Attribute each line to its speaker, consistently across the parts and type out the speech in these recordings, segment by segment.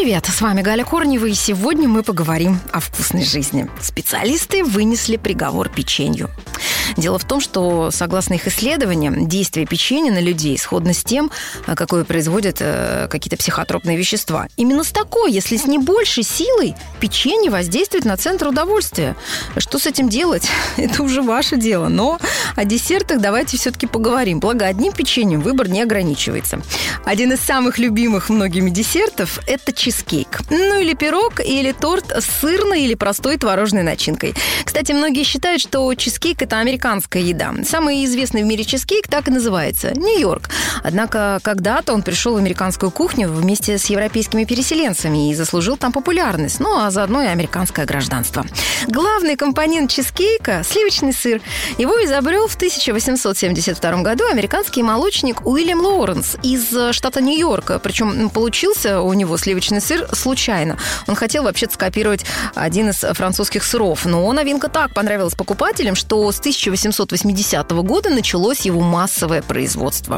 Speaker 1: Привет, с вами Галя Корнева, и сегодня мы поговорим о вкусной жизни. Специалисты вынесли приговор печенью. Дело в том, что, согласно их исследованиям, действие печенья на людей сходно с тем, какое производят какие-то психотропные вещества. Именно с такой, если с не большей силой, печенье воздействует на центр удовольствия. Что с этим делать? Это уже ваше дело. Но о десертах давайте все-таки поговорим. Благо, одним печеньем выбор не ограничивается. Один из самых любимых многими десертов – это чизкейк. Ну, или пирог, или торт с сырной или простой творожной начинкой. Кстати, многие считают, что чизкейк – это американская еда. Самый известный в мире чизкейк так и называется – Нью-Йорк. Однако когда-то он пришел в американскую кухню вместе с европейскими переселенцами и заслужил там популярность, ну а заодно и американское гражданство. Главный компонент чизкейка – сливочный сыр. Его изобрел в 1872 году американский молочник Уильям Лоуренс из штата Нью-Йорка. Причем получился у него сливочный сыр случайно. Он хотел вообще-то скопировать один из французских сыров, но новинка так понравилась покупателям, что с 1880 года началось его массовое производство.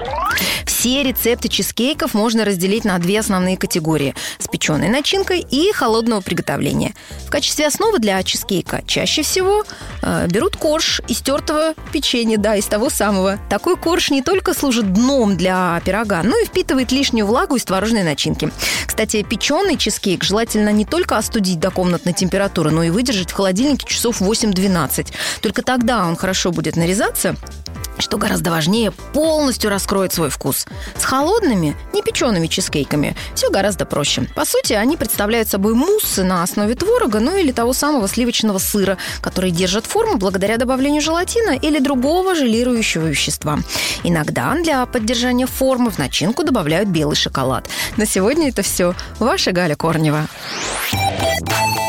Speaker 1: Все рецепты чизкейков можно разделить на две основные категории – с печеной начинкой и холодного приготовления. В качестве основы для чизкейка чаще всего берут корж из тертого печенья, да, из того самого. Такой корж не только служит дном для пирога, но и впитывает лишнюю влагу из творожной начинки. Кстати, печеный чизкейк желательно не только остудить до комнатной температуры, но и выдержать в холодильнике часов 8-12. Только тогда он хорошо будет нарезаться, что гораздо важнее, полностью раскроет свой вкус. С холодными, непечеными чизкейками все гораздо проще. По сути, они представляют собой муссы на основе творога, ну или того самого сливочного сыра, которые держат форму благодаря добавлению желатина или другого желирующего вещества. Иногда для поддержания формы в начинку добавляют белый шоколад. На сегодня это все. Ваша Галя Корнева.